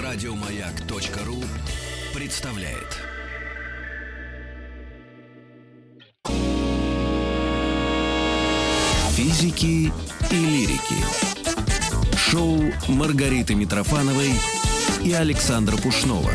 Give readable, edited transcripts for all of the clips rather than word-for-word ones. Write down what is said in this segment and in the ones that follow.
Радиомаяк.ру представляет. Физики и лирики. Шоу Маргариты Митрофановой и Александра Пушнова.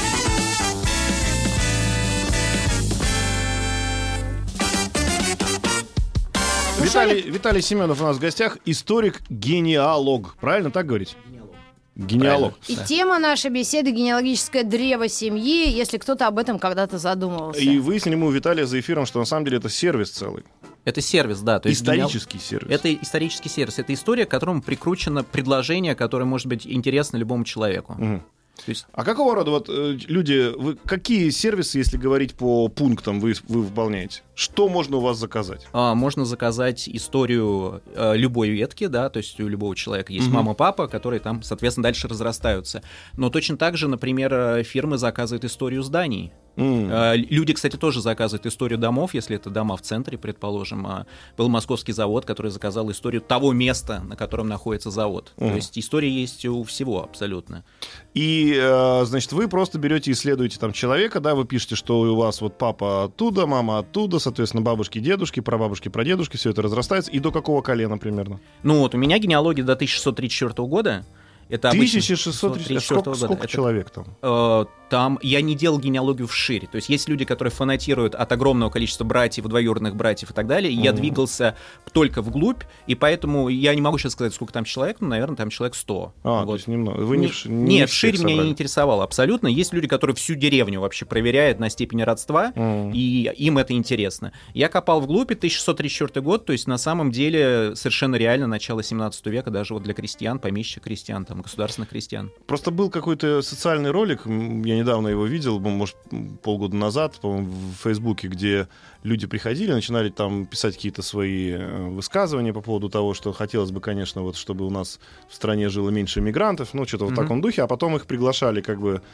Виталий Семенов у нас в гостях, историк-генеалог. Правильно так говорить? Генеалог. И тема нашей беседы — генеалогическое древо семьи, если кто-то об этом когда-то задумывался. И выяснили мы у Виталия за эфиром, что на самом деле это сервис целый. Это сервис, да. То есть исторический сервис. Это исторический сервис. Это история, к которому прикручено предложение, которое может быть интересно любому человеку. Угу. То есть... А какого рода люди, какие сервисы, если говорить по пунктам, вы выполняете? Что можно у вас заказать? Можно заказать историю любой ветки, да, то есть у любого человека есть мама, папа, которые там, соответственно, дальше разрастаются. Но точно так же, например, фирмы заказывают историю зданий. Люди, кстати, тоже заказывают историю домов, если это дома в центре, предположим. Был московский завод, который заказал историю того места, на котором находится завод. То есть история есть у всего абсолютно. И, значит, вы просто берете и исследуете там человека, да, вы пишете, что у вас вот папа оттуда, мама оттуда, соответственно, бабушки, дедушки, прабабушки, прадедушки, все это разрастается. И до какого колена примерно? Ну вот, у меня генеалогия до 1634 года. Это 1634 сколько человек там? Там я не делал генеалогию вширь. То есть есть люди, которые фанатируют от огромного количества братьев, двоюродных братьев и так далее. И я двигался только вглубь, и поэтому я не могу сейчас сказать, сколько там человек, но, наверное, там человек 100. Вот. То есть немного. Вы Нет, вширь меня не интересовало абсолютно. Есть люди, которые всю деревню вообще проверяют на степень родства, и им это интересно. Я копал вглубь, 1634 год, то есть на самом деле совершенно реально начало 17 века, даже вот для крестьян, помещичьих крестьян, там, государственных крестьян. Просто был какой-то социальный ролик, я недавно его видел, может, полгода назад, по-моему, в Фейсбуке, где люди приходили, начинали там писать какие-то свои высказывания по поводу того, что хотелось бы, конечно, вот, чтобы у нас в стране жило меньше мигрантов, ну, что-то в таком духе, а потом их приглашали как бы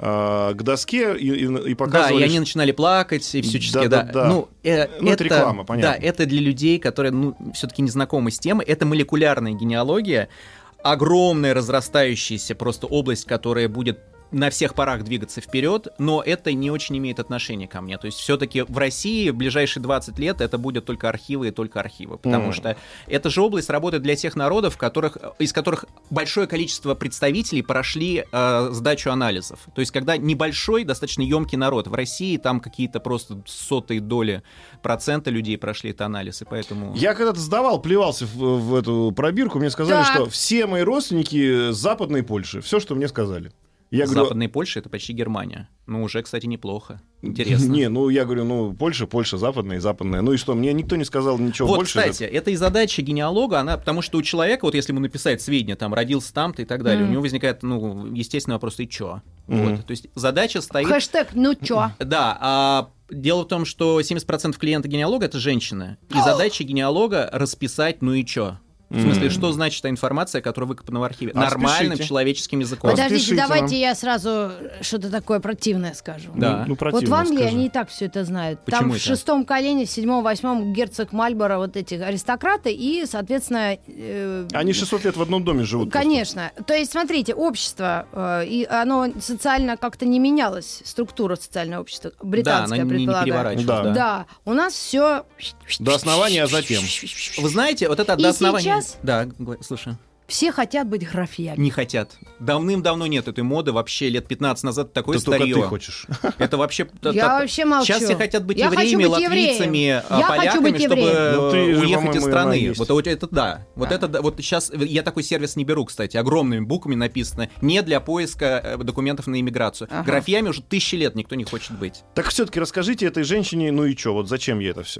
к доске и показывали... Да, и они начинали плакать, и всячески, да. Ну, это реклама, понятно. Да, это для людей, которые, все-таки не знакомы с темой, это молекулярная генеалогия, огромная разрастающаяся просто область, которая будет на всех парах двигаться вперед, но это не очень имеет отношения ко мне. То есть все-таки в России в ближайшие 20 лет это будет только архивы и только архивы, потому что эта же область работает для тех народов, из которых большое количество представителей прошли сдачу анализов. То есть когда небольшой, достаточно емкий народ. В России там какие-то просто сотые доли процента людей прошли этот анализ, и поэтому... Я когда-то сдавал, плевался в эту пробирку, мне сказали, что все мои родственники с Западной Польши. Все, что мне сказали. Я говорю, Западная Польша — это почти Германия. Ну, уже, кстати, неплохо. Интересно. Не, я говорю, Польша, западная и западная. Ну и что, мне никто не сказал ничего больше. Вот, кстати, это и задача генеалога, потому что у человека, вот если ему написать сведения, там, родился там-то и так далее, у него возникает, естественный вопрос, и чё? Вот, то есть задача стоит... Хэштег «ну чё?». Да, дело в том, что 70% клиента генеалога — это женщины. И задача генеалога — расписать «ну и чё?». В смысле, что значит та информация, которая выкопана в архиве? Нормальным человеческим языком. Подождите, давайте я сразу что-то такое противное скажу. Да. Вот в Англии они и так все это знают. Почему там в шестом колене, в седьмом, восьмом герцог Мальборо, вот этих аристократы, и, соответственно... Они 600 лет в одном доме живут. Конечно. Просто. То есть, смотрите, общество, и оно социально как-то не менялось, структура социального общества, британская, предполагаю. Не Да. У нас все... До основания, а затем. Вы знаете, вот это до основания... Да, слушай. Все хотят быть графьями. Не хотят. Давным-давно нет этой моды. Вообще лет 15 назад такое старье. Только ты хочешь. Это вообще... Я вообще молчу. Сейчас все хотят быть евреями, латвийцами, поляками, чтобы уехать из страны. Вот это да. Вот сейчас я такой сервис не беру, кстати. Огромными буквами написано. Не для поиска документов на иммиграцию. Графьями уже 1000 лет никто не хочет быть. Так все-таки расскажите этой женщине, ну и что, вот зачем ей это все?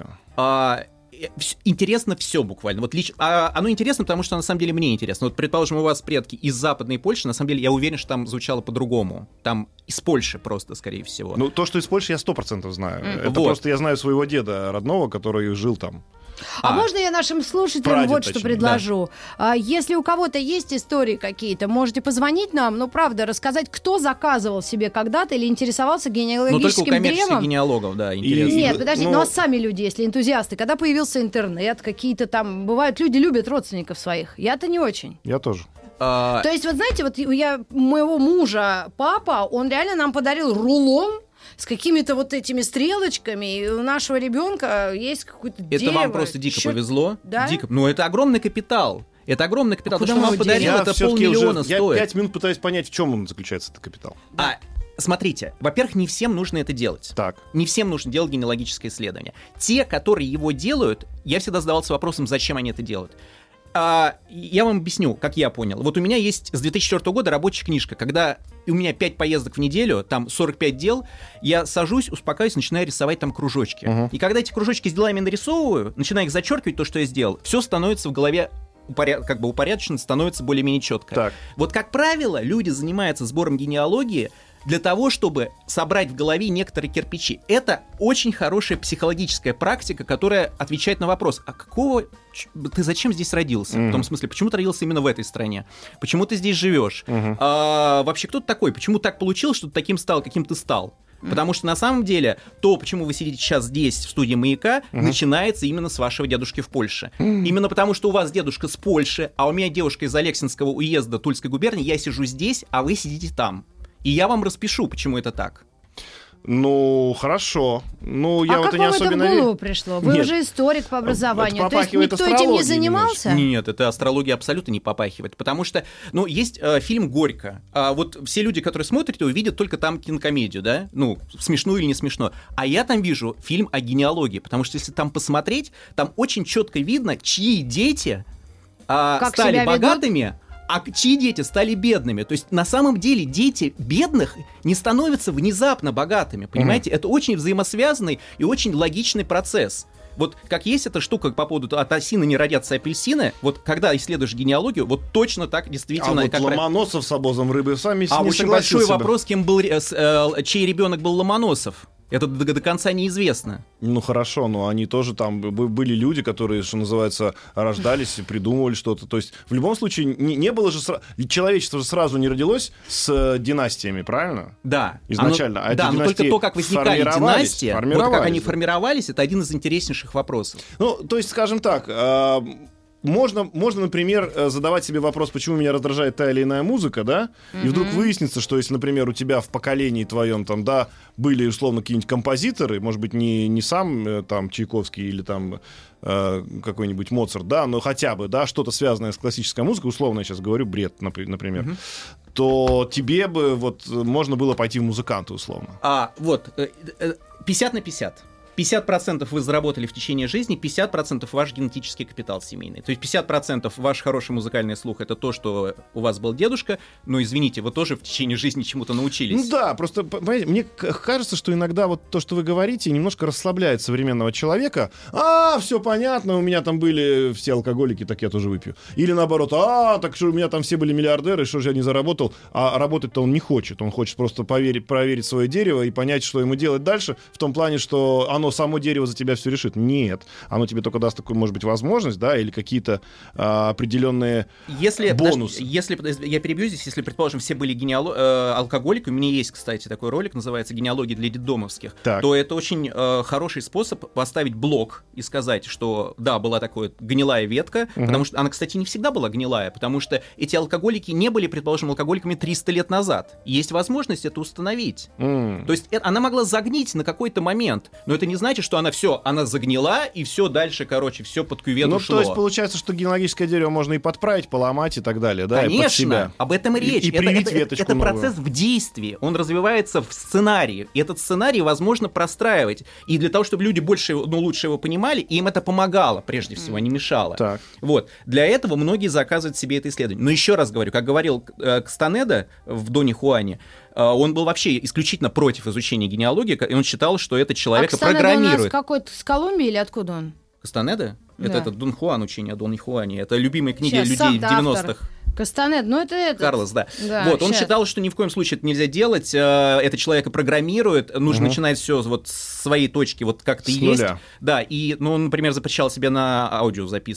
Интересно все буквально. Вот оно интересно, потому что на самом деле мне интересно. Вот, предположим, у вас предки из Западной Польши, на самом деле я уверен, что там звучало по-другому. Там из Польши просто, скорее всего. То, что из Польши, я 100% знаю. Это просто я знаю своего деда родного, который жил там. А можно я нашим слушателям вот что предложу? Да. Если у кого-то есть истории какие-то, можете позвонить нам, правда, рассказать, кто заказывал себе когда-то или интересовался генеалогическим древом. Только у коммерческих генеалогов, да, интересно. Нет, подождите, а сами люди, если энтузиасты, когда появился интернет, какие-то там, бывают, люди любят родственников своих. Я-то не очень. Я тоже. То есть, вот знаете, вот моего мужа папа, он реально нам подарил рулон с какими-то вот этими стрелочками, и у нашего ребенка есть какое-то дерево. Это вам просто дико повезло. Да? Дико. Ну, это огромный капитал. Это огромный капитал. То, что мы вам подарил, это 500 000 стоит. Я 5 минут пытаюсь понять, в чем он заключается, этот капитал. Смотрите, во-первых, не всем нужно это делать. Так. Не всем нужно делать генеалогическое исследование. Те, которые его делают, я всегда задавался вопросом, зачем они это делают. Я вам объясню, как я понял. Вот у меня есть с 2004 года рабочая книжка, когда у меня 5 поездок в неделю, там 45 дел, я сажусь, успокаиваюсь, начинаю рисовать там кружочки. И когда эти кружочки с делами нарисовываю, начинаю их зачеркивать, то, что я сделал, все становится в голове как бы упорядочено, становится более-менее четко. Так. Вот, как правило, люди занимаются сбором генеалогии для того, чтобы собрать в голове некоторые кирпичи. Это очень хорошая психологическая практика, которая отвечает на вопрос, а ты зачем здесь родился? В том смысле, почему ты родился именно в этой стране? Почему ты здесь живешь? Вообще, кто ты такой? Почему так получилось, что ты таким стал, каким ты стал? Потому что на самом деле то, почему вы сидите сейчас здесь, в студии «Маяка», начинается именно с вашего дедушки в Польше. Именно потому, что у вас дедушка с Польши, а у меня девушка из Алексинского уезда Тульской губернии, я сижу здесь, а вы сидите там. И я вам распишу, почему это так. Ну, хорошо. Ну, я как не вам особенно это в голову пришло? Вы уже историк по образованию. То есть никто этим не занимался? Нет, это астрология абсолютно не попахивает. Потому что, есть фильм «Горько». Вот все люди, которые смотрят его, видят только там кинокомедию, да? Ну, смешную или не смешную. А я там вижу фильм о генеалогии. Потому что если там посмотреть, там очень четко видно, чьи дети стали богатыми, а чьи дети стали бедными. То есть, на самом деле, дети бедных не становятся внезапно богатыми, понимаете? Это очень взаимосвязанный и очень логичный процесс. Вот как есть эта штука по поводу «от осины не родятся апельсины», вот когда исследуешь генеалогию, вот точно так действительно... А вот Ломоносов с обозом рыбы сами не согласился. Очень большой вопрос, чей ребенок был Ломоносов. Это до конца неизвестно. Ну хорошо, но они тоже там были люди, которые, что называется, рождались и придумывали что-то. То есть в любом случае не было же человечество же сразу не родилось с династиями, правильно? Да. Изначально. Но только то, как возникали династии, вот как они формировались, это один из интереснейших вопросов. Ну, то есть, скажем так, можно, например, задавать себе вопрос, почему меня раздражает та или иная музыка, да? И вдруг выяснится, что если, например, у тебя в поколении твоем там, да, были, условно, какие-нибудь композиторы, может быть, не сам там Чайковский или там какой-нибудь Моцарт, да, но хотя бы, да, что-то связанное с классической музыкой, условно я сейчас говорю, бред, например, то тебе бы вот можно было пойти в музыканты, условно. 50 на 50. 50% вы заработали в течение жизни, 50% ваш генетический капитал семейный. То есть 50% ваш хороший музыкальный слух — это то, что у вас был дедушка, но, извините, вы тоже в течение жизни чему-то научились. Ну да, просто, понимаете, мне кажется, что иногда вот то, что вы говорите, немножко расслабляет современного человека. Все понятно, у меня там были все алкоголики, так я тоже выпью. Или наоборот, так что у меня там все были миллиардеры, что же я не заработал, а работать-то он не хочет. Он хочет просто проверить свое дерево и понять, что ему делать дальше, в том плане, что оно само дерево за тебя все решит. Нет. Оно тебе только даст такую, может быть, возможность, да, или какие-то определенные бонусы. Если я перебью здесь, если, предположим, все были алкоголиками, у меня есть, кстати, такой ролик, называется «Генеалогия для детдомовских», то это очень хороший способ поставить блок и сказать, что да, была такая гнилая ветка, потому что она, кстати, не всегда была гнилая, потому что эти алкоголики не были, предположим, алкоголиками 300 лет назад. Есть возможность это установить. То есть она могла загнить на какой-то момент, но это не значит, что она загнила, и все дальше, все под кювет ушло. То есть получается, что генеалогическое дерево можно и подправить, поломать и так далее, да? Конечно, под себя. Об этом и речь. И привить веточку это новую. процесс в действии, он развивается в сценарии, и этот сценарий возможно простраивать. И для того, чтобы люди лучше его понимали, им это помогало, прежде всего, не мешало. Так. Вот. Для этого многие заказывают себе это исследование. Но еще раз говорю, как говорил Кастанеда в «Доне Хуане», он был вообще исключительно против изучения генеалогии, и он считал, что это человека программирует. У нас какой-то с Колумбии или откуда он? Кастанеда? Да. Это Дон Хуан, учение о Доне Хуане. Это любимые книги Сейчас, людей 90-х. Кастанед, это... Карлос, да. Вот, он считал, что ни в коем случае это нельзя делать, это человека программирует, нужно начинать все вот с своей точки, вот как-то есть. Нуля. Да, и, он, например, запрещал себе на аудио записывать.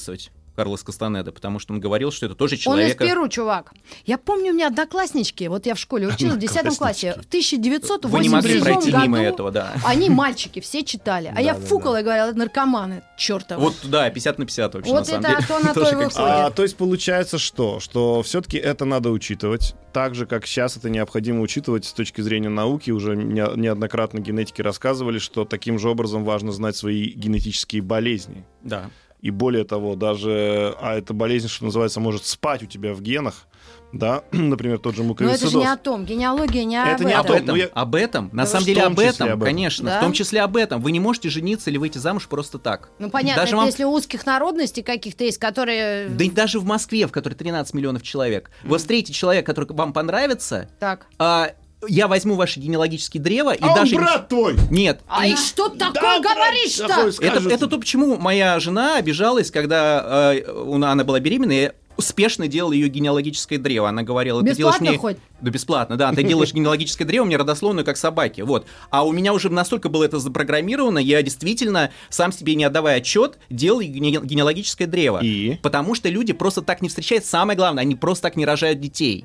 Карлос Кастанеда, потому что он говорил, что это тоже человек... Он из Перу, чувак. Я помню, у меня однокласснички, вот я в школе училась в 10 классе, в 1987 Вы не могли пройти году мимо этого, да. они, мальчики, все читали. А я фукала и говорила, это наркоманы, чертовы. Вот, да, 50/50 вообще, вот на самом деле. Вот это то на то и выходит. То есть получается что? Что все-таки это надо учитывать, так же, как сейчас это необходимо учитывать с точки зрения науки. Уже неоднократно генетики рассказывали, что таким же образом важно знать свои генетические болезни. Да. И более того, даже эта болезнь, что называется, может спать у тебя в генах, да, например, тот же муковисцидоз. Но это же не о том, генеалогия не это об этом. Об этом, на самом деле об этом, конечно, да? в том числе об этом. Вы не можете жениться или выйти замуж просто так. Ну, понятно, даже если у узких народностей каких-то есть, которые... Да и даже в Москве, в которой 13 миллионов человек, вы встретите человека, который вам понравится, так. Я возьму ваше генеалогическое древо и он даже... брат твой! Нет. И что такое говоришь-то? Это то, почему моя жена обижалась, когда она была беременна, и успешно делала ее генеалогическое древо. Она говорила, ты делаешь мне... хоть? Да бесплатно, да. Ты делаешь генеалогическое древо, мне родословную, как собаки. Вот. А у меня уже настолько было это запрограммировано, я действительно, сам себе не отдавая отчет, делал генеалогическое древо. Потому что люди просто так не встречаются. Самое главное, они просто так не рожают детей.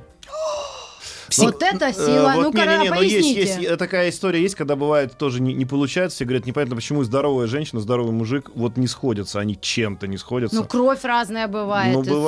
Вот это сила. Ну-ка, поясните. Есть такая история есть, когда бывает тоже не получается. Все говорят, непонятно, почему здоровая женщина, здоровый мужик вот не сходятся, они чем-то не сходятся. Ну, кровь разная бывает.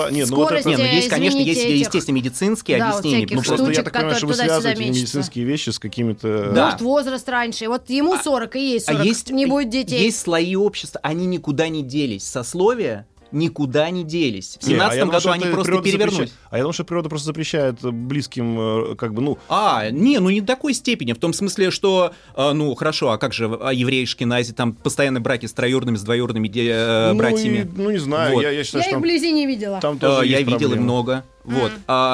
Есть, конечно, есть естественно медицинские объяснения. Ну, просто я так понимаю, что вы связываете медицинские вещи с какими-то... Может, возраст раньше. Вот ему 40 и ей 40, не будет детей. Есть слои общества, они никуда не делись. Сословия никуда не делись. В 17 году они просто перевернулись. А я думаю, что природа просто запрещает близким, как бы, ну... не до такой степени. В том смысле, что, хорошо, а как же еврей-ашкенази, там постоянно браки с троюродными, с двоюродными братьями? Не знаю, вот. я считаю, что... Я их вблизи не видела. Там тоже я есть видел проблемы. И много. Вот.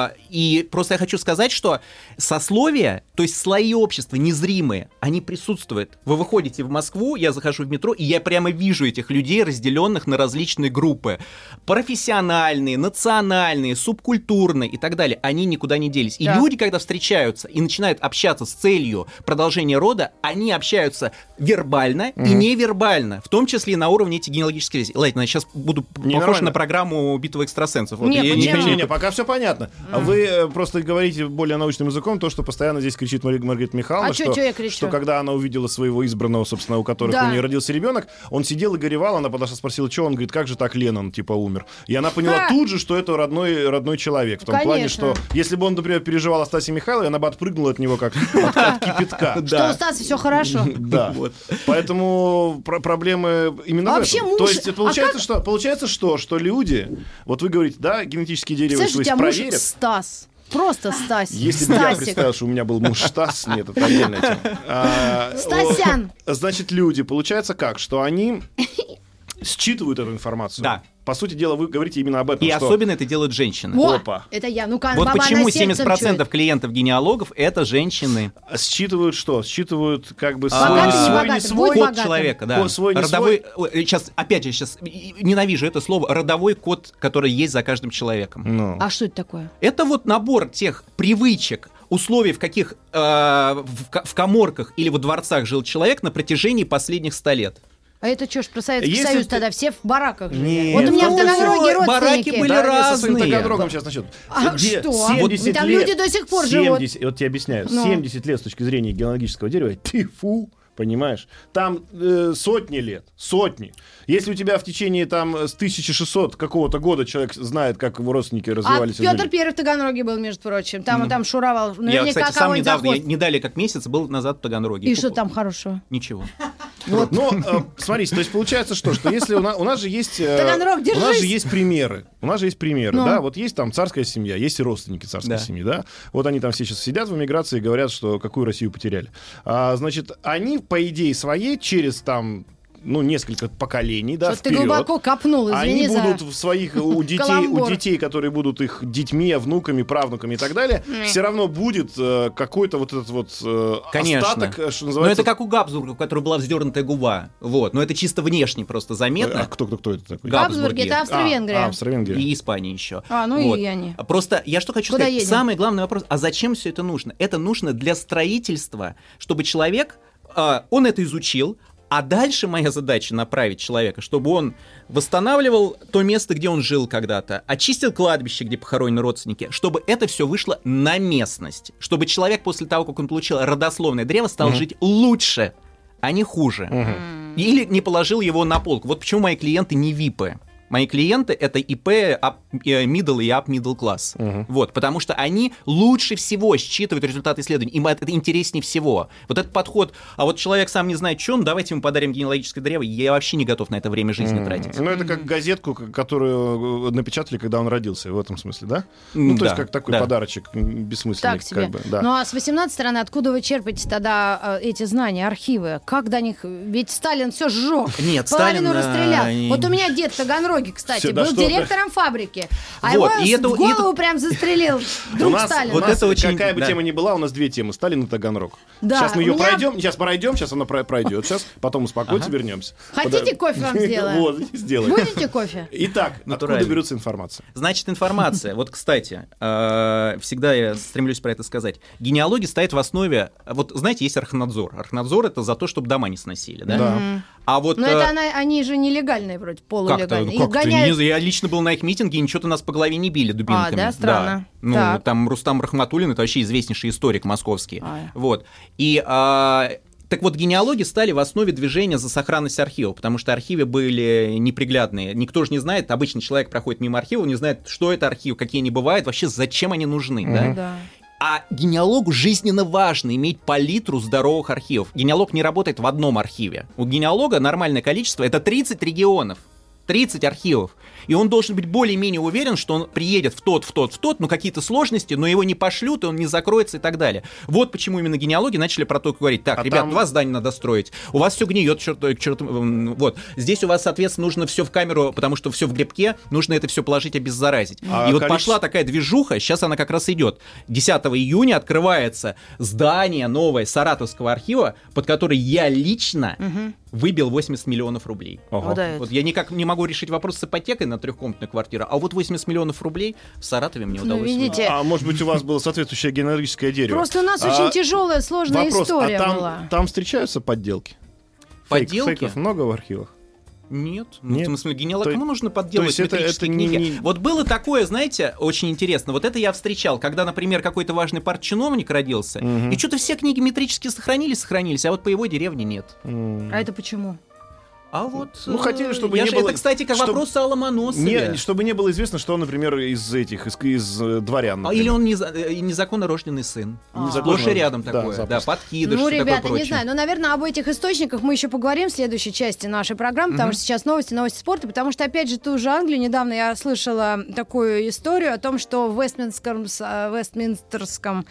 И просто я хочу сказать, что сословия, то есть слои общества незримые, они присутствуют. Вы выходите в Москву, я захожу в метро, и я прямо вижу этих людей, разделенных на различные группы. Профессиональные, национальные, субкультурные и так далее. Они никуда не делись. И люди, когда встречаются и начинают общаться с целью продолжения рода, они общаются вербально и невербально, в том числе и на уровне этих генеалогических связей. Ладно, я сейчас буду похож на программу «Битва экстрасенсов». Не, пока все понятно. А вы просто говорите более научным языком то, что постоянно здесь кричит Маргарита Михайловна, что когда она увидела своего избранного, собственно, у которых у нее родился ребенок, он сидел и горевал, она подошла, спросила, что он, говорит, как же так Леннон, типа, умер. И она поняла тут же, что это родной человек. В том плане, что если бы он, например, переживал о Стасе Михайлове, она бы отпрыгнула от него как от кипятка. Что у Стаса все хорошо. Да. Поэтому проблемы именно в этом. То есть получается, что люди, вот вы говорите, да, генетические деревья у муж Стас. Просто Стас. Если бы я представил, что у меня был муж Стас, нет, это отдельная тема. Стасян. Значит, люди, получается как, что они считывают эту информацию. Да. По сути дела, вы говорите именно об этом. И особенно это делают женщины. Опа. Это я. Ну-ка, вот почему 70% клиентов-генеалогов — это женщины. Считывают что? Считывают как бы свой код человека. Да. Родовой. Сейчас ненавижу это слово. Родовой код, который есть за каждым человеком. А что это такое? Это вот набор тех привычек, условий, в каких в каморках или во дворцах жил человек на протяжении последних 100 лет. А это что ж, про Советский Союз тогда все в бараках жили? Нет, вот у меня в Таганроге родственники. Бараки были разные. Таганрогом сейчас начнут. А что? Там люди до сих пор живут. Вот тебе объясняю. 70 лет с точки зрения генеалогического дерева. Тьфу. Понимаешь? Там сотни лет. Сотни. Если у тебя в течение там с 1600 какого-то года человек знает, как его родственники развивались. А Петр Первый в Таганроге был, между прочим. Там шуровал. Я, кстати, сам недавно, не далее как месяц, был назад в Таганроге. И что там хорошего? Ничего. Вот. Но, смотрите, то есть получается что если у нас же есть... Таганрог, держись! У нас же есть примеры. Да? Вот есть там царская семья, есть и родственники царской семьи, да? Вот они там все сейчас сидят в эмиграции и говорят, что какую Россию потеряли. Значит, они, по идее своей, через там несколько поколений, да, что ты глубоко копнул, извини. Они будут в своих у детей, которые будут их детьми, внуками, правнуками и так далее, все равно будет какой-то вот этот вот остаток, что называется. Но это как у Габсбурга, у которого была вздернутая губа. Вот. Но это чисто внешне просто заметно. А кто это такой? Габсбурги, это Австро-Венгрия. Австро-Венгрия. И Испания еще. И они. Просто я что хочу сказать. Самый главный вопрос, а зачем все это нужно? Это нужно для строительства, чтобы человек, он это изучил, А дальше моя задача направить человека, чтобы он восстанавливал то место, где он жил когда-то, очистил кладбище, где похоронены родственники, чтобы это все вышло на местность. Чтобы человек после того, как он получил родословное древо, стал жить лучше, а не хуже. Или не положил его на полку. Вот почему мои клиенты не випы. Мои клиенты — это ИП, middle и up middle class. Вот, потому что они лучше всего считывают результаты исследований. Им это интереснее всего. Вот этот подход, а вот человек сам не знает, что он, давайте ему подарим генеалогическое древо, я вообще не готов на это время жизни тратить. Ну, это как газетку, которую напечатали, когда он родился, в этом смысле, да? Ну, то есть как такой подарочек бессмысленный. Так себе. Как бы, да. Ну, а с 18 стороны, откуда вы черпаете тогда эти знания, архивы? Как до них? Ведь Сталин все сжег. Нет, половину Сталин, расстрелял. Вот у меня дед в Таганроге, кстати, Всё, был да, директором фабрики. А Вот, его в голову прям застрелил друг Сталина. Вот это очень, какая бы тема ни была, у нас две темы: Сталин и Таганрог. Да, сейчас мы ее меня... пройдем, сейчас она пройдет. Сейчас, потом успокойтесь, вернемся. Хотите кофе вам сделаем? Вот, сделаем. Будете кофе? Итак, откуда берется информация? Значит, информация. Вот, кстати, всегда я стремлюсь про это сказать. Генеалогия стоит в основе... Вот, знаете, есть Архнадзор. Архнадзор — это за то, чтобы дома не сносили, да? Да. А вот... Но это они же нелегальные вроде, полулегальные. Их гоняют... Я лично был на их митинге, и ничего-то нас по голове не били дубинками. Да? Странно. Да. Ну, Так. там Рустам Рахматуллин — это вообще известнейший историк московский. Вот. И... Так вот, генеалоги стали в основе движения за сохранность архивов, потому что архивы были неприглядные. Никто же не знает, обычный человек проходит мимо архива, не знает, что это архив, какие они бывают, вообще зачем они нужны. Да? А генеалогу жизненно важно иметь палитру здоровых архивов. Генеалог не работает в одном архиве. У генеалога нормальное количество — это 30 регионов. 30 архивов. И он должен быть более-менее уверен, что он приедет в тот, но какие-то сложности, но его не пошлют, и он не закроется и так далее. Вот почему именно генеалоги начали про то говорить. Так, ребят, у вас здание надо строить, у вас все гниет, вот. Здесь у вас, соответственно, нужно все в камеру, потому что все в грибке, нужно это все положить, обеззаразить. И вот пошла такая движуха, сейчас она как раз идет. 10 июня открывается здание новое Саратовского архива, под который я лично выбил 80 миллионов рублей. Вот я никак не могу решить вопрос с ипотекой на трехкомнатную квартиру, а вот 80 миллионов рублей в Саратове мне удалось. Видите? А может быть, у вас было соответствующее генеалогическое дерево? Просто у нас очень тяжелая, сложная история была. Там встречаются подделки? Подделки? Фейков много в архивах? Нет. Нет. В смысле, генеалог, кому нужно подделывать метрические это книги? Вот было такое, знаете, очень интересно. Вот это я встречал, когда, например, какой-то важный партчиновник родился, и что-то все книги метрически сохранились, а вот по его деревне нет. А это почему? А вот... Ну, хотели, чтобы не было... Это, кстати, как вопрос о Ломоносове. Чтобы не было известно, что он, например, из дворян. Или он незаконно рожденный сын. Сплошь и рядом такое. Да, подкидыш, ну, такое ребята, прочее. не знаю. Но, наверное, об этих источниках мы еще поговорим в следующей части нашей программы, потому что сейчас новости спорта. Потому что, опять же, ту же Англию. Недавно я слышала такую историю о том, что в Вестминстерском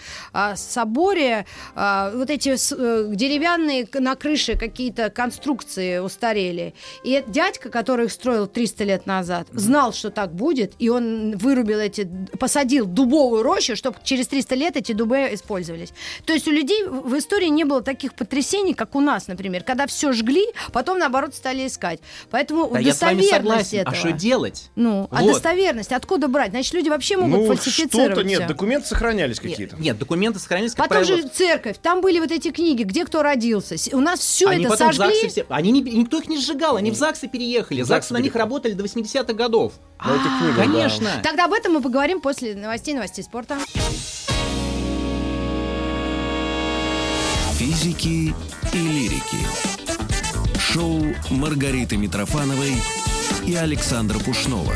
соборе вот эти деревянные на крыше какие-то конструкции устарели. И дядька, который их строил 300 лет назад, знал, что так будет, и он посадил дубовую рощу, чтобы через 300 лет эти дубы использовались. То есть у людей в истории не было таких потрясений, как у нас, например, когда все жгли, потом, наоборот, стали искать. Поэтому достоверность этого... А что делать? А достоверность откуда брать? Значит, люди вообще могут фальсифицировать. Что-то нет, документы сохранялись какие-то. Нет, документы сохранялись, как Потом правило... же церковь, там были вот эти книги, где кто родился. У нас все они это потом сожгли. Никто их не сжигал, они в ЗАГСы переехали. ЗАГСы на них работали до 80-х годов. Конечно. Тогда об этом мы поговорим после новостей спорта. Физики и лирики. Шоу Маргариты Митрофановой и Александра Пушнова.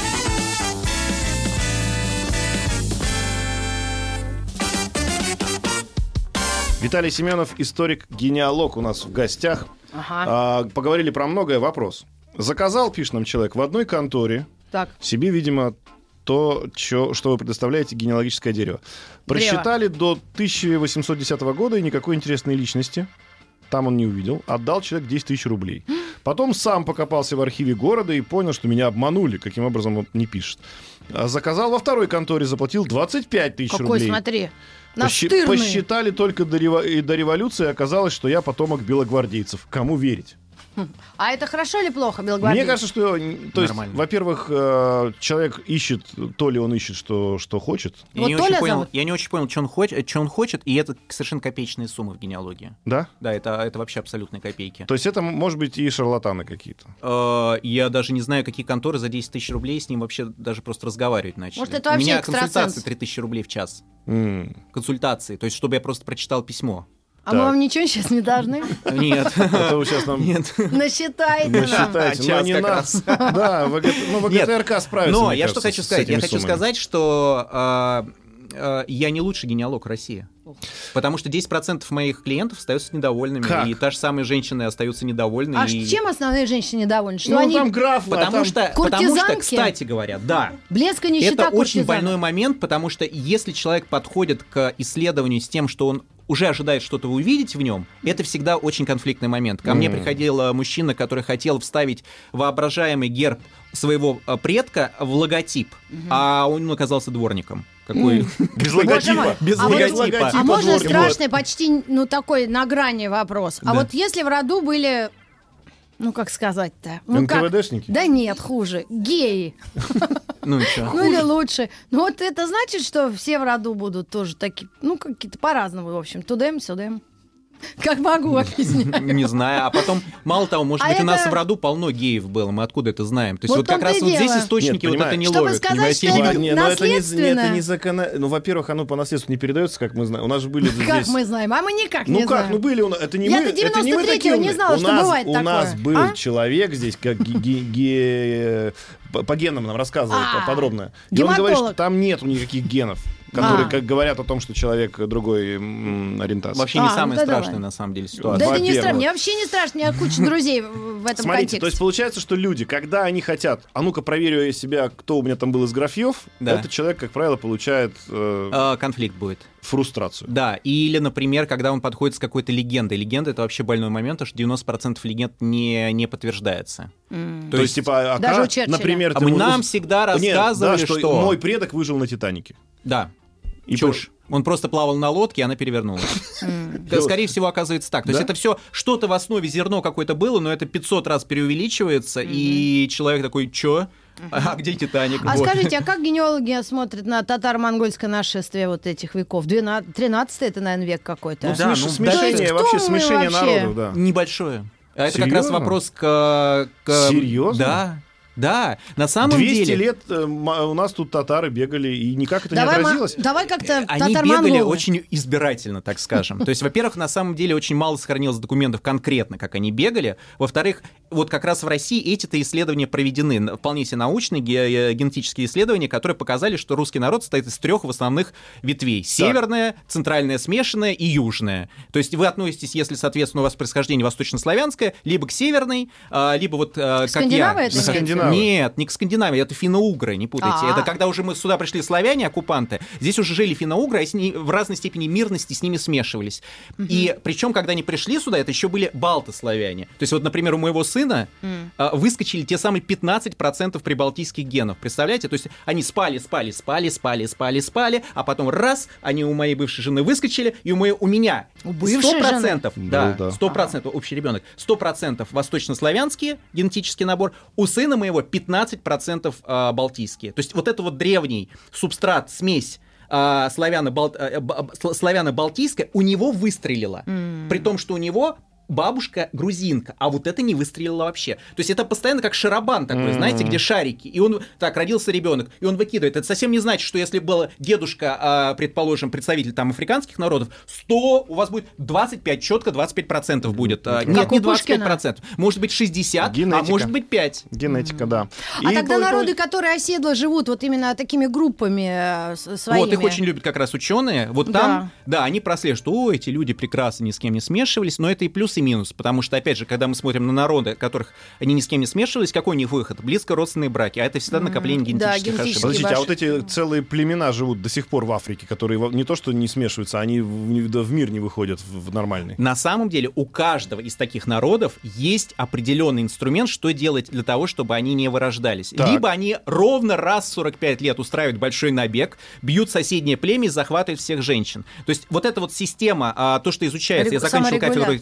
Виталий Семенов, историк-генеалог, у нас в гостях. Поговорили про многое. Вопрос. Заказал, пишет нам человек, в одной конторе себе, видимо, то, что вы предоставляете, генеалогическое дерево. Просчитали до 1810 года, и никакой интересной личности там он не увидел. Отдал человек 10 тысяч рублей. Потом сам покопался в архиве города и понял, что меня обманули. Каким образом он не пишет. Заказал во второй конторе, заплатил 25 тысяч рублей. Смотри. Посчитали только до революции, оказалось, что я потомок белогвардейцев. Кому верить? А это хорошо или плохо, белогвардейцы? Мне кажется, что, то есть, Нормально. во-первых, человек ищет, то ли он ищет, что хочет, Я, Вот не Толя очень понял, зовут? я не очень понял, что он хочет, и это совершенно копеечные суммы в генеалогии. да? Да, это вообще абсолютные копейки. То есть это, может быть, и шарлатаны какие-то. Я даже не знаю, какие конторы за 10 тысяч рублей с ним вообще даже просто разговаривать начали. Может, это У вообще меня экстрасенс? консультации 3000 рублей в час. Консультации, то есть чтобы я просто прочитал письмо. А Так. мы вам ничего сейчас не должны? Нет. Это вы сейчас нам Нет. Насчитайте нам. насчитаете. Но час не как нас. Да, ВГТРК справится. Но мне я кажется, что хочу с сказать? этими Я хочу суммами. сказать, что я не лучший генеалог России. Потому что 10% моих клиентов остаются недовольными. Как? И та же самые женщины остаются недовольны. А и... чем основные женщины недовольны? Что Ну, они там граф, Потому что, Куртизанки? кстати говоря, да, блеска нищета это очень куртизанок. больной момент, потому что если человек подходит к исследованию с тем, что он уже ожидает что-то увидеть в нем, это всегда очень конфликтный момент. Ко мне приходил мужчина, который хотел вставить воображаемый герб своего предка в логотип, а он оказался дворником. Какой? Без Боже мой. логотипа. Без А вот- логотипа. А можно дворника. страшный, почти, такой на грани вопрос. А Да. вот если в роду были, как сказать-то? НКВДшники? Да нет, хуже. Геи. Ну и чё? Ну или лучше. Ну вот это значит, что все в роду будут тоже такие, какие-то по-разному, в общем. Тудем-сюдем. Как могу объяснять. Не знаю. А потом, мало того, может А быть, у нас это- в роду полно геев было, мы откуда это знаем? То есть Вот вот как в том-то раз и вот здесь дело. источники Нет, вот это понимаешь, не чтобы ловят. сказать, понимаете? что это Не, но это наследственно. не закона... Ну, во-первых, оно по наследству не передается, как мы знаем. У нас же были здесь... Как мы знаем? А мы никак Ну не как, знаем. ну были у нас, это не Я-то мы, это не мы 93-го такие не умные. знала, что бывает У нас такое. был А? человек здесь, как по генам нам рассказывал подробно. И он говорит, Гематолог. что там нету никаких генов, которые как говорят о том, что человек другой ориентации. Вообще не А, самая ну да страшная, давай. на самом деле, Да ситуация. это не Во-первых. страшно. Мне вообще не страшно. У меня куча друзей в этом Смотрите, контексте. то есть получается, что люди, когда они хотят, а ну-ка проверю я себя, кто у меня там был из графьев, Да. этот человек, как правило, получает Конфликт будет. фрустрацию. Да, или, например, когда он подходит с какой-то легендой. Легенда — это вообще больной момент, потому что 90% легенд не подтверждается. То есть, типа, Даже у Черчилля. например, А нам всегда Нет, рассказывали, да, что... мой предок выжил на Титанике. Да, И чушь. Он просто плавал на лодке, и она перевернулась. Скорее всего, оказывается так. То есть Да? это все что-то в основе, зерно какое-то было, но это 500 раз преувеличивается, и человек такой, чё? А где Титаник? А Вот. скажите, а как генеалоги смотрят на татаро-монгольское нашествие вот этих веков? 13-й это, наверное, век какой-то. Ну, Да, ну, смешение, да. вообще Кто мы смешение вообще? народов, да. Небольшое. А это как раз Серьезно? вопрос к... Серьезно? Да, на самом 200 деле... лет у нас тут татары бегали, и никак это Давай, не отразилось. давай как-то Они бегали татар-монголы. очень избирательно, так скажем. То есть, во-первых, на самом деле очень мало сохранилось документов конкретно, как они бегали. Во-вторых, вот как раз в России эти-то исследования проведены, вполне себе научные генетические исследования, которые показали, что русский народ состоит из 3 основных ветвей. Северная, центральная смешанная и южная. То есть вы относитесь, если, соответственно, у вас происхождение восточнославянское, либо к северной, либо вот как Скандинавы я. это Скандинавы. Нет, не к Скандинавии, это финно-угры, не путайте. А-а. Это когда уже мы сюда пришли славяне, оккупанты, здесь уже жили финно-угры, а с ними в разной степени мирности с ними смешивались. И причем, когда они пришли сюда, это еще были балто-славяне. То есть вот, например, у моего сына выскочили те самые 15% прибалтийских генов. Представляете? То есть они спали, а потом раз, они у моей бывшей жены выскочили, и у меня У бывшей 100%, да, Да. 100% общий ребенок, 100% восточнославянский генетический набор, у сына моего 15% балтийские. То есть вот это вот древний субстрат, смесь славяно-балтийская у него выстрелила. При том, что у него бабушка грузинка, а вот это не выстрелило вообще. То есть это постоянно как шарабан такой, знаете, где шарики. И он, так, родился ребенок, и он выкидывает. Это совсем не значит, что если был дедушка, предположим, представитель там африканских народов, 100, у вас будет 25, четко 25% будет. Нет, не у Пушкина. 25%. Может быть 60, Генетика. а может быть 5. Генетика, да. А И тогда по- народы, которые оседло живут вот именно такими группами своими. Вот их очень любят как раз ученые. Вот Да. там, да, они прослеживают, что эти люди прекрасно ни с кем не смешивались, но это и плюс, и минус, потому что, опять же, когда мы смотрим на народы, которых они ни с кем не смешивались, какой у них выход? Близко родственные браки, а это всегда накопление Да, генетических генетические ошибок. Подождите, а башни. вот эти целые племена живут до сих пор в Африке, которые не то что не смешиваются, они в мир не выходят в нормальный. На самом деле у каждого из таких народов есть определенный инструмент, что делать для того, чтобы они не вырождались. Так. Либо они ровно раз в 45 лет устраивают большой набег, бьют соседнее племя и захватывают всех женщин. То есть вот эта вот система, то, что изучается, я заканчивал кафедру Саморегуляция. этнологии,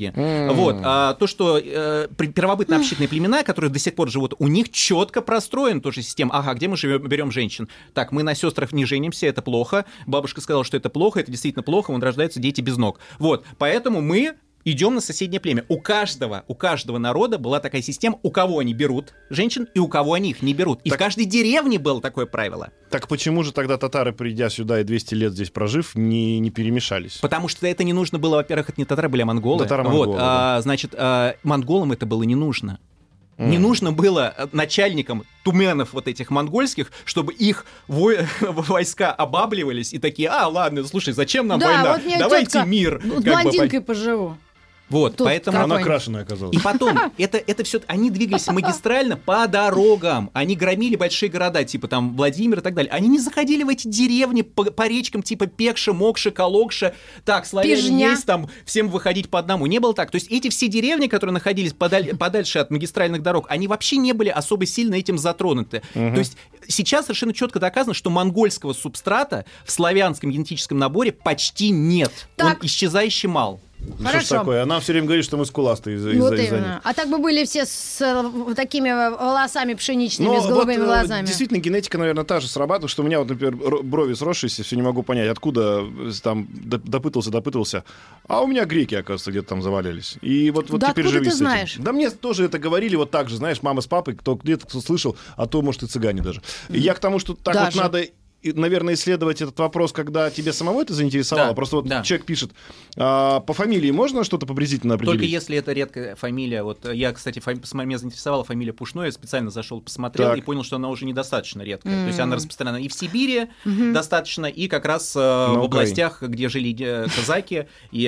люди. Вот. То, что первобытно-общинные племена, которые до сих пор живут, у них четко простроена тоже система. Ага, где мы берем женщин? Так, мы на сестрах не женимся, это плохо. Бабушка сказала, что это плохо, это действительно плохо, вон рождаются дети без ног. Вот. Поэтому мы идем на соседнее племя. У каждого народа была такая система, у кого они берут женщин и у кого они их не берут. И в каждой деревне было такое правило. Так почему же тогда татары, придя сюда и 200 лет здесь прожив, не перемешались? Потому что это не нужно было, во-первых, это не татары были, а монголы. Татаро-монголы, вот, да. Значит, монголам это было не нужно. Не нужно было начальникам туменов вот этих монгольских, чтобы их войска обабливались и такие, ладно, слушай, зачем нам война? Вот Давайте мир. Блондинкой поживу. Вот, Тут поэтому... Она крашеная оказалась. И потом, это все, они двигались магистрально по дорогам, они громили большие города, типа там Владимир и так далее. Они не заходили в эти деревни по речкам, типа Пекша, Мокша, Калокша, так, славяне есть, там, всем выходить по одному. Не было так. То есть эти все деревни, которые находились подальше от магистральных дорог, они вообще не были особо сильно этим затронуты. То есть сейчас совершенно четко доказано, что монгольского субстрата в славянском генетическом наборе почти нет. Так. Он исчезающе мал. Хорошо. Что ж такое? Она все время говорит, что мы скуластые из-за Вот них. именно. А так бы были все с такими волосами пшеничными, с голубыми глазами. Действительно, генетика, наверное, та же срабатывает, что у меня, вот, например, брови сросшиеся, все не могу понять, откуда там допытывался. А у меня греки, оказывается, где-то там завалялись. И вот да теперь откуда живи ты с этим. знаешь? Да мне тоже это говорили вот так же, знаешь, мама с папой, кто где-то слышал, а то, может, и цыгане даже. И я к тому, что так Даже. вот надо... наверное, исследовать этот вопрос, когда тебя самого это заинтересовало. Да, Просто вот да. человек пишет, по фамилии можно что-то приблизительно определить? Только если это редкая фамилия. Вот я, кстати, меня заинтересовала фамилия Пушной, я специально зашел, посмотрел и понял, что она уже недостаточно редкая. То есть она распространена и в Сибири достаточно, и как раз в областях, где жили казаки,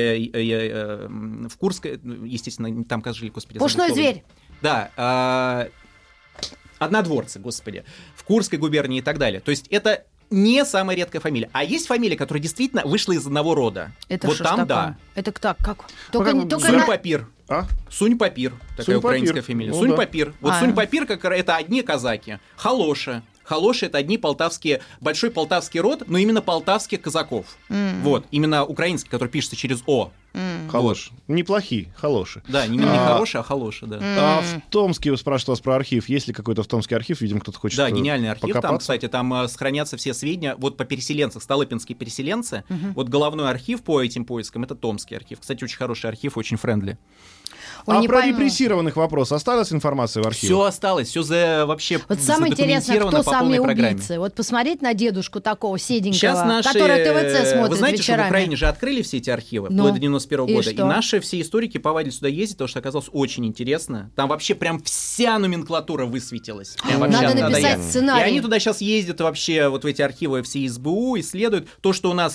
и в Курской, естественно, там как жили, господи. Пушной зверь. Да, однодворцы, господи, в Курской губернии и так далее. То есть это не самая редкая фамилия. А есть фамилия, которая действительно вышла из одного рода. Это вот что там, ж такое? да. Это так, как? Только Сунь-Папир. А? Сунь-Папир. Такая Сунь-Папир. украинская фамилия. Ну, Сунь-Папир. Вот Сунь-Папир, как это одни казаки. Халоша. Халоши — это одни большой полтавский род, но именно полтавских казаков. Вот, именно украинский, который пишется через О. Халош. Неплохие, халоши. Да, не хорошие, а халоши, да. А в Томске спрашивал вас про архив. Есть ли какой-то в Томске архив? Видимо, кто-то хочет Да, гениальный архив. покопаться. Там, кстати, там сохранятся все сведения вот по переселенцам, столыпинские переселенцы. Вот головной архив по этим поискам — это Томский архив. Кстати, очень хороший архив, очень френдли. Ой, про пойму. репрессированных вопрос осталась информация в архиве? Все осталось, все вообще Вот самое интересное, кто по самые полной программе. убийцы. Вот посмотреть на дедушку такого седенького, Сейчас наши, который ТВЦ смотрит вы знаете, вечерами. что в Украине же открыли все эти архивы, Ну, вплоть до 91 и года. что? И наши все историки повадили сюда ездить, потому что оказалось очень интересно. Там вообще прям вся номенклатура высветилась. Прям вообще Надо от написать до. сценарий. И они туда сейчас ездят вообще, вот в эти архивы все СБУ, исследуют. То, что у нас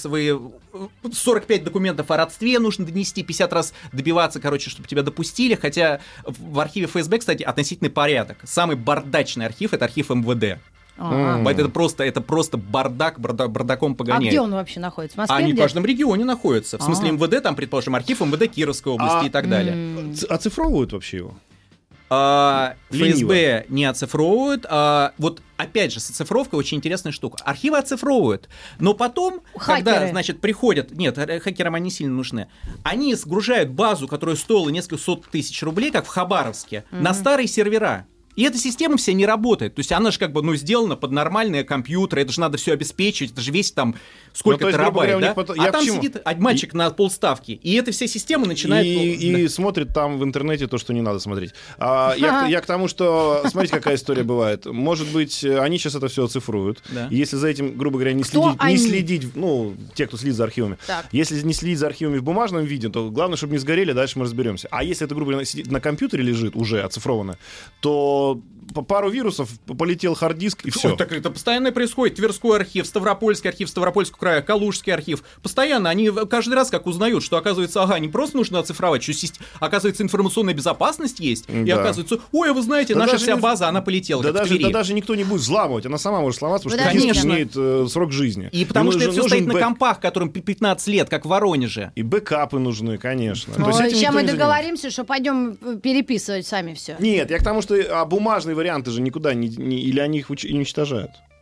45 документов о родстве нужно донести, 50 раз добиваться, короче, чтобы тебя допустили. Хотя в архиве ФСБ, кстати, относительный порядок. Самый бардачный архив — это архив МВД. Это просто бардаком А погоняет. где он вообще находится? В Москве? Они в где-то? каждом регионе находятся. В смысле МВД, там, предположим, архив МВД Кировской области и так далее. Оцифровывают вообще его? ФСБ не оцифровывают. Вот опять же, с оцифровкой очень интересная штука. Архивы оцифровывают, но потом, когда, Хакеры. значит, приходят... Нет, хакерам они сильно нужны. Они сгружают базу, которая стоила несколько сот тысяч рублей, как в Хабаровске, на старые сервера. И эта система вся не работает. То есть она же как бы, сделана под нормальные компьютеры, это же надо все обеспечивать, это же весь там сколько терабайт, да? А там сидит мальчик на полставки, и эта вся система начинает... И смотрит там в интернете то, что не надо смотреть. Я к тому, что... Смотрите, какая история бывает. Может быть, они сейчас это все оцифруют. Да. И если за этим, грубо говоря, не следить, те, кто следит за архивами, Так. если не следить за архивами в бумажном виде, то главное, чтобы не сгорели, дальше мы разберемся. А если это, грубо говоря, сидит на компьютере лежит, уже оцифровано, то пару вирусов, полетел хард-диск, и все. Ой, так это постоянно происходит. Тверской архив, Ставропольский архив, Ставропольского края, Калужский архив. Постоянно они каждый раз как узнают, что, оказывается, не просто нужно оцифровать, что оказывается, информационная безопасность есть, и оказывается, ой, вы знаете, наша вся база, она полетела, как в Твери. Да даже никто не будет взламывать, она сама может сломаться, потому что Подождите. диск имеет срок жизни. И потому что это все стоит на компах, которым 15 лет, как в Воронеже. И бэкапы нужны, конечно. То Ой, есть этим сейчас никто мы не занимается. договоримся, что пойдем переписывать сами все. Нет, я к тому, что бумажные варианты же никуда или они их уничтожают.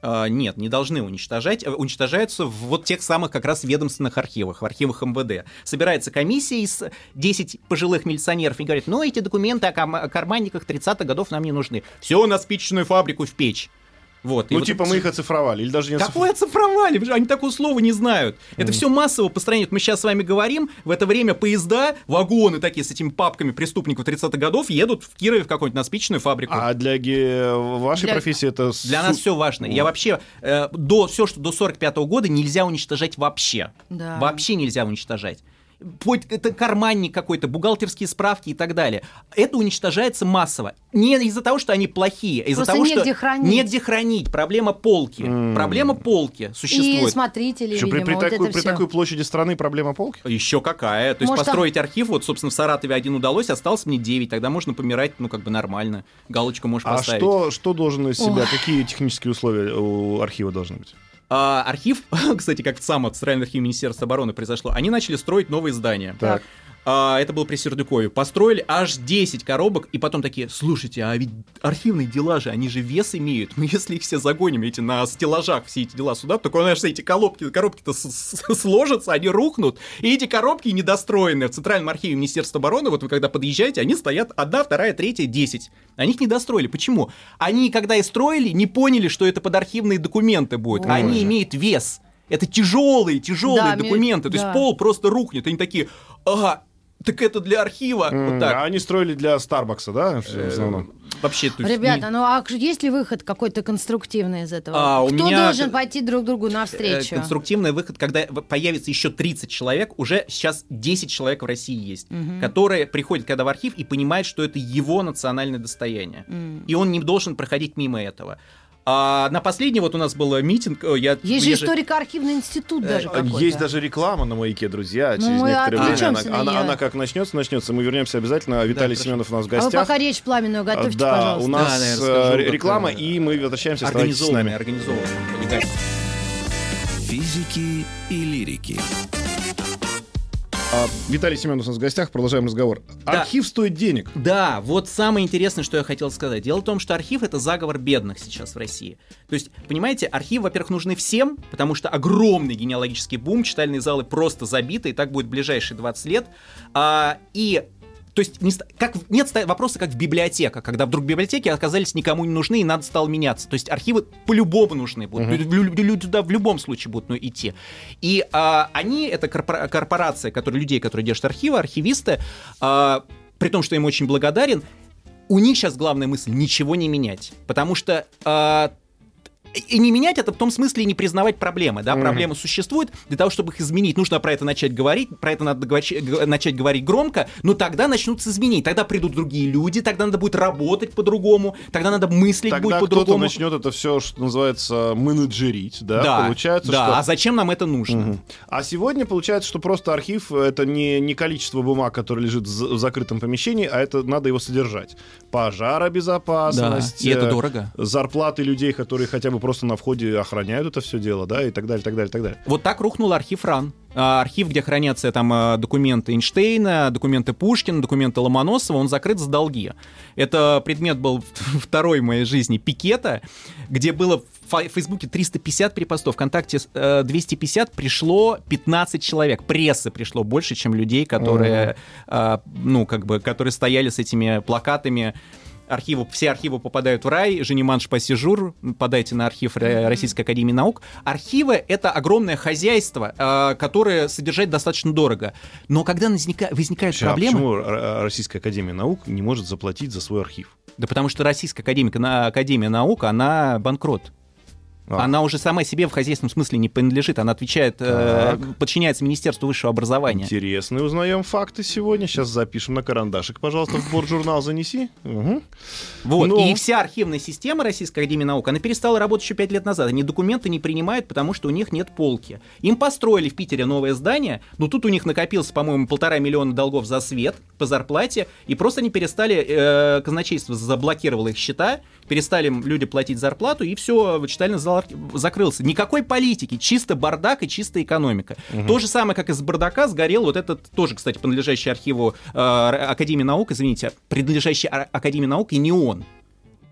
Нет, не должны уничтожать. Уничтожаются в вот тех самых как раз ведомственных архивах, в архивах МВД. Собирается комиссия из 10 пожилых милиционеров и говорит, эти документы о карманниках 30-х годов нам не нужны. Все на спичечную фабрику в печь. Вот. Мы их оцифровали. Или даже не Какое оцифровали? Они такого слова не знают. Это все массово построение. Мы сейчас с вами говорим, в это время поезда, вагоны такие с этими папками преступников 30-х годов едут в Кирове в какую-нибудь на спичечную фабрику. А для вашей профессии это... Для нас все важно. Я вообще... все, что до 45-го года нельзя уничтожать вообще. Да. Вообще нельзя уничтожать. Это карманник какой-то, бухгалтерские справки и так далее. Это уничтожается массово. Не из-за того, что они плохие, а из-за того, что негде хранить. Проблема полки. Проблема полки существует. И смотрители, еще видимо, при такой площади страны проблема полки? Еще какая. То есть построить архив, собственно, в Саратове один удалось, осталось мне 9. Тогда можно помирать, нормально. Галочку можешь поставить. А что должен из себя, какие технические условия у архива должны быть? Архив, кстати, как в самом Центральном архиве Министерства обороны произошло, они начали строить новые здания. Так. Это было при Сердюкове. Построили аж 10 коробок, и потом такие, слушайте, а ведь архивные дела же, они же вес имеют. Мы если их все загоним на стеллажах, все эти дела сюда, то, знаешь, эти коробки-то сложатся, они рухнут, и эти коробки недостроенные в Центральном архиве Министерства обороны, вот вы когда подъезжаете, они стоят 1, 2, 3, 10. Они их не достроили. Почему? Они, когда и строили, не поняли, что это под архивные документы будет. Они имеют вес. Это тяжелые документы. То есть пол просто рухнет. Они такие, так это для архива. Вот так. А они строили для Старбакса, да? В основном. Вообще, ребята, есть ли выход какой-то конструктивный из этого? Кто должен пойти друг другу навстречу? Конструктивный выход, когда появится еще 30 человек, уже сейчас 10 человек в России есть, которые приходят когда в архив и понимают, что это его национальное достояние. И он не должен проходить мимо этого. А на последний у нас был митинг. Есть же историко-архивный институт даже какой-то. Есть даже реклама на Маяке, друзья. Через некоторое время она как начнется. Мы вернемся обязательно. Виталий Семенов у нас в гостях. А вы пока речь пламенную готовьте, пожалуйста. Да, у нас реклама, и мы возвращаемся. Оставайтесь с нами. Организованно. Физики и лирики. Виталий Семенов у нас в гостях, продолжаем разговор. Архив стоит денег. Да, вот самое интересное, что я хотел сказать. Дело в том, что архив — это заговор бедных сейчас в России. То есть, понимаете, архивы, во-первых, нужны всем, потому что огромный генеалогический бум, читальные залы просто забиты, и так будет в ближайшие 20 лет. То есть нет вопроса, как в библиотеках, когда вдруг библиотеки оказались никому не нужны, и надо стало меняться. То есть архивы по-любому нужны будут. Люди туда в любом случае будут идти. И они, это корпорация людей, которые держат архивы, архивисты, при том, что я им очень благодарен, у них сейчас главная мысль — ничего не менять. Потому что... И не менять это в том смысле не признавать проблемы. Да? Проблемы существуют. Для того, чтобы их изменить, нужно про это начать говорить. Про это надо начать говорить громко. Но тогда начнутся изменения. Тогда придут другие люди. Тогда надо будет работать по-другому. Тогда надо мыслить будет по-другому. Тогда кто-то начнет это все, что называется, менеджерить. Да, получается, что... А зачем нам это нужно? А сегодня получается, что просто архив — это не количество бумаг, которое лежит в закрытом помещении, а это надо его содержать. Пожаробезопасность. И это дорого. Зарплаты людей, которые хотя бы просто на входе охраняют это все дело, да, и так далее, так далее, так далее. Вот так рухнул архив РАН. Архив, где хранятся там документы Эйнштейна, документы Пушкина, документы Ломоносова, он закрыт за долги. Это предмет был второй в моей жизни Пикета, где было в Фейсбуке 350 перепостов, ВКонтакте 250, пришло 15 человек. Прессы пришло больше, чем людей, которые, которые стояли с этими плакатами. Все архивы попадают в рай, Женеманш Пассижур, подайте на архив Российской академии наук. Архивы — это огромное хозяйство, которое содержать достаточно дорого. Но когда возникают проблемы... Почему Российская академия наук не может заплатить за свой архив? Да потому что Российская академия наук, она банкрот. Она уже сама себе в хозяйственном смысле не принадлежит. Она отвечает, подчиняется Министерству высшего образования. Интересно, узнаем факты сегодня. Сейчас запишем на карандашик, пожалуйста, в борт-журнал занеси. И вся архивная система Российской академии наук, она перестала работать еще 5 лет назад. Они документы не принимают, потому что у них нет полки. Им построили в Питере новое здание, но тут у них накопилось, по-моему, 1,5 миллиона долгов за свет, по зарплате, и просто они перестали, казначейство заблокировало их счета, перестали люди платить зарплату, и все, читальный зал закрылся. Никакой политики, чисто бардак и чистая экономика. То же самое, как из бардака сгорел вот этот, тоже, кстати, принадлежащий архиву Академии наук, принадлежащий Академии наук, и не он.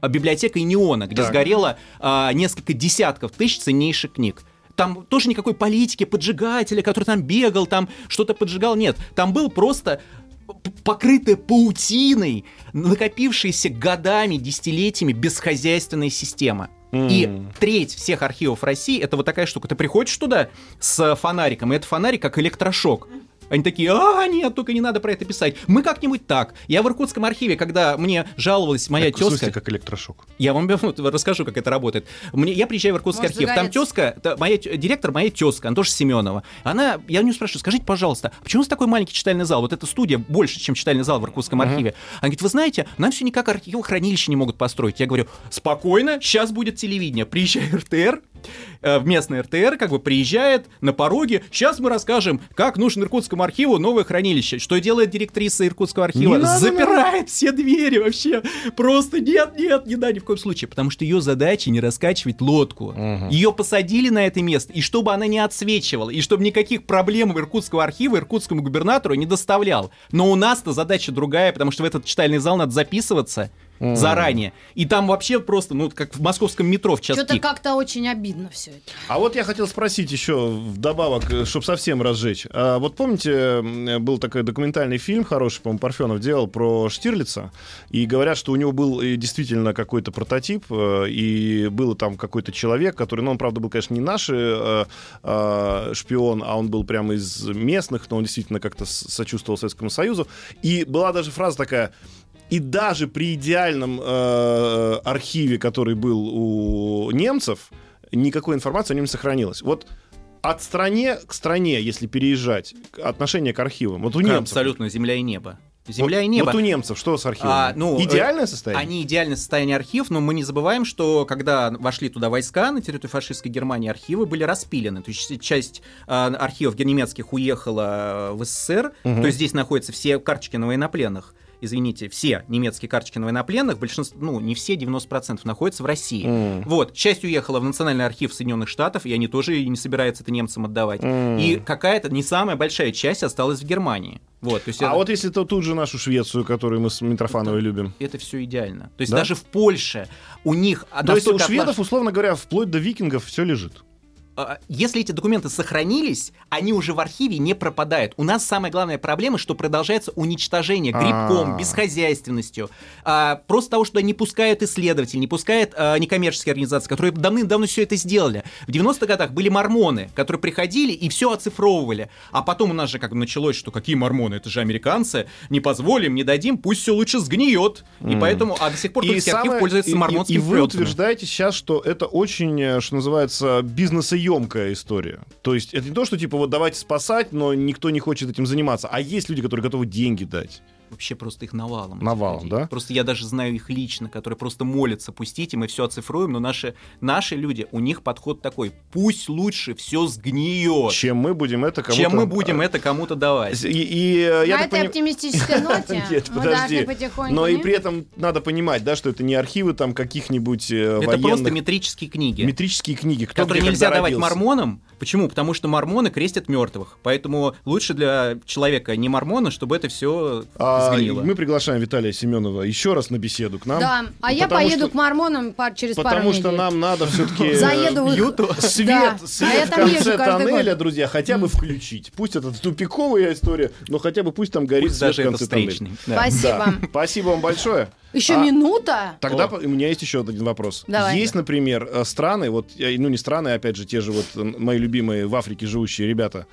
библиотекой Неона, где Так. сгорело несколько десятков тысяч ценнейших книг. Там тоже никакой политики, поджигателя, который там бегал, там что-то поджигал. Нет, там был просто покрытая паутиной, накопившаяся годами, десятилетиями бесхозяйственная система. И треть всех архивов России — это вот такая штука. Ты приходишь туда с фонариком, и этот фонарик как электрошок. Они такие: нет, только не надо про это писать. Мы как-нибудь так. Я в Иркутском архиве, когда мне жаловалась моя В смысле, тезка... как электрошок? Я вам расскажу, как это работает. Я приезжаю в Иркутский Может, архив, там загорится. тезка, директор моя тезка, Антоша Семенова. Я у нее спрашиваю: скажите, пожалуйста, а почему у нас такой маленький читальный зал? Вот эта студия больше, чем читальный зал в Иркутском архиве. Она говорит: вы знаете, нам все никак архивохранилище не могут построить. Я говорю: спокойно, сейчас будет телевидение. Приезжает РТР, в местный РТР, приезжает на пороге. Сейчас мы расскажем, как нужно Иркутскому архиву новое хранилище. Что делает директриса Иркутского архива? Запирает все двери вообще. Просто нет, не да, ни в коем случае. Потому что ее задача не раскачивать лодку. Ее посадили на это место, и чтобы она не отсвечивала, и чтобы никаких проблем в Иркутского архива иркутскому губернатору не доставлял. Но у нас-то задача другая, потому что в этот читальный зал надо записываться заранее. И там вообще просто, как в московском метро в час Что-то пик. как-то очень обидно все это. А вот я хотел спросить еще вдобавок, чтобы совсем разжечь. Вот помните, был такой документальный фильм хороший, по-моему, Парфенов делал про Штирлица, и говорят, что у него был действительно какой-то прототип, и был там какой-то человек, который, он, правда, был, конечно, не наш шпион, а он был прямо из местных, но он действительно как-то сочувствовал Советскому Союзу. И была даже фраза такая: и даже при идеальном архиве, который был у немцев, никакой информации о нем не сохранилось. Вот от стране к стране, если переезжать, отношение к архивам. Вот у немцев. Абсолютно земля и небо. Земля и небо. Вот у немцев что с архивом? Идеальное состояние? Они идеальное состояние архив, но мы не забываем, что когда вошли туда войска на территорию фашистской Германии, архивы были распилены. То есть часть архивов немецких уехала в СССР, то есть здесь находятся все карточки на военнопленных. Извините, все немецкие карточки на военнопленных, большинство, не все, 90% находятся в России. Вот, часть уехала в Национальный архив Соединенных Штатов, и они тоже не собираются это немцам отдавать. И какая-то не самая большая часть осталась в Германии. Вот, то есть вот если то тут же нашу Швецию, которую мы с Митрофановой любим. Это все идеально. То есть даже в Польше у них... То есть у шведов, условно говоря, вплоть до викингов все лежит. Если эти документы сохранились, они уже в архиве не пропадают. У нас самая главная проблема, что продолжается уничтожение грибком, бесхозяйственностью. Просто того, что не пускают исследователи, не пускают некоммерческие организации, которые давным-давно все это сделали. В 90-х годах были мормоны, которые приходили и все оцифровывали. А потом у нас же началось, что какие мормоны, это же американцы, не позволим, не дадим, пусть все лучше сгниет. И поэтому, до сих пор Тульский архив пользуется мормонским И вы флётами. утверждаете сейчас, что это очень, что называется, бизнесоемкая история. То есть это не то, что давайте спасать, но никто не хочет этим заниматься. А есть люди, которые готовы деньги дать. Вообще просто их навалом. Навалом, да? Просто я даже знаю их лично, которые просто молятся: пустите, мы все оцифруем, но наши люди, у них подход такой: пусть лучше все сгниет, чем мы будем это кому-то давать. На этой оптимистической ноте мы должны потихоньку... Но и при этом надо понимать, что это не архивы каких-нибудь военных... Это просто метрические книги. Метрические книги. Которые нельзя давать мормонам. Почему? Потому что мормоны крестят мертвых. Поэтому лучше для человека не мормона, чтобы это все сгнило. Мы приглашаем Виталия Семенова еще раз на беседу к нам. Да, я поеду к мормонам через пару недель. Потому что нам надо все-таки свет в конце тоннеля, друзья, хотя бы включить. Пусть это тупиковая история, но хотя бы пусть там горит свет в конце тоннеля. Спасибо. Спасибо вам большое. Еще минута? Тогда у меня есть еще один вопрос. Давай. Есть, например, страны, не страны, а опять же, те же мои любимые в Африке живущие ребята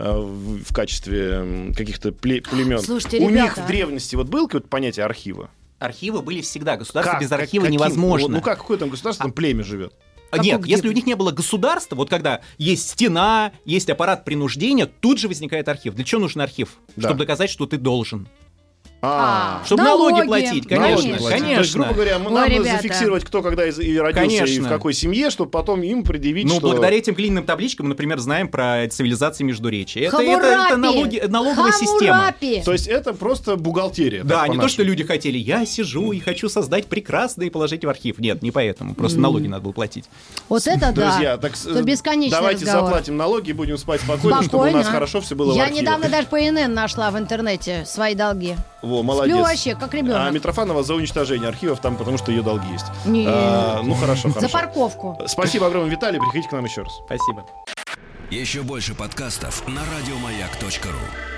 в качестве каких-то племен. Слушайте, у ребята, них в древности было какое-то понятие архива? Архивы были всегда. Государство без архива невозможно. Какое там государство, там племя живет? Нет, если у них не было государства, когда есть стена, есть аппарат принуждения, тут же возникает архив. Для чего нужен архив? Чтобы доказать, что ты должен. Чтобы налоги платить, конечно. То есть, грубо говоря, нам надо зафиксировать, кто когда и родился, и в какой семье, чтобы потом им предъявить, что... благодаря этим глиняным табличкам мы, например, знаем про цивилизации Междуречия. Это налоговая система. То есть это просто бухгалтерия. Да, не то, что люди хотели: я сижу и хочу создать прекрасное и положить в архив. Нет, не поэтому. Просто налоги надо было платить. Вот это да. Друзья, так давайте заплатим налоги и будем спать спокойно, чтобы у нас хорошо все было в архивах. Я недавно даже по ИНН нашла в интернете свои долги. Во, молодец. Сплю вообще, как ребенок. А Митрофанова за уничтожение архивов там, потому что ее долги есть. Нет. Ну, хорошо, За хорошо. парковку. Спасибо огромное, Виталий. Приходите к нам еще раз. Спасибо. Еще больше подкастов на радиомаяк.ру.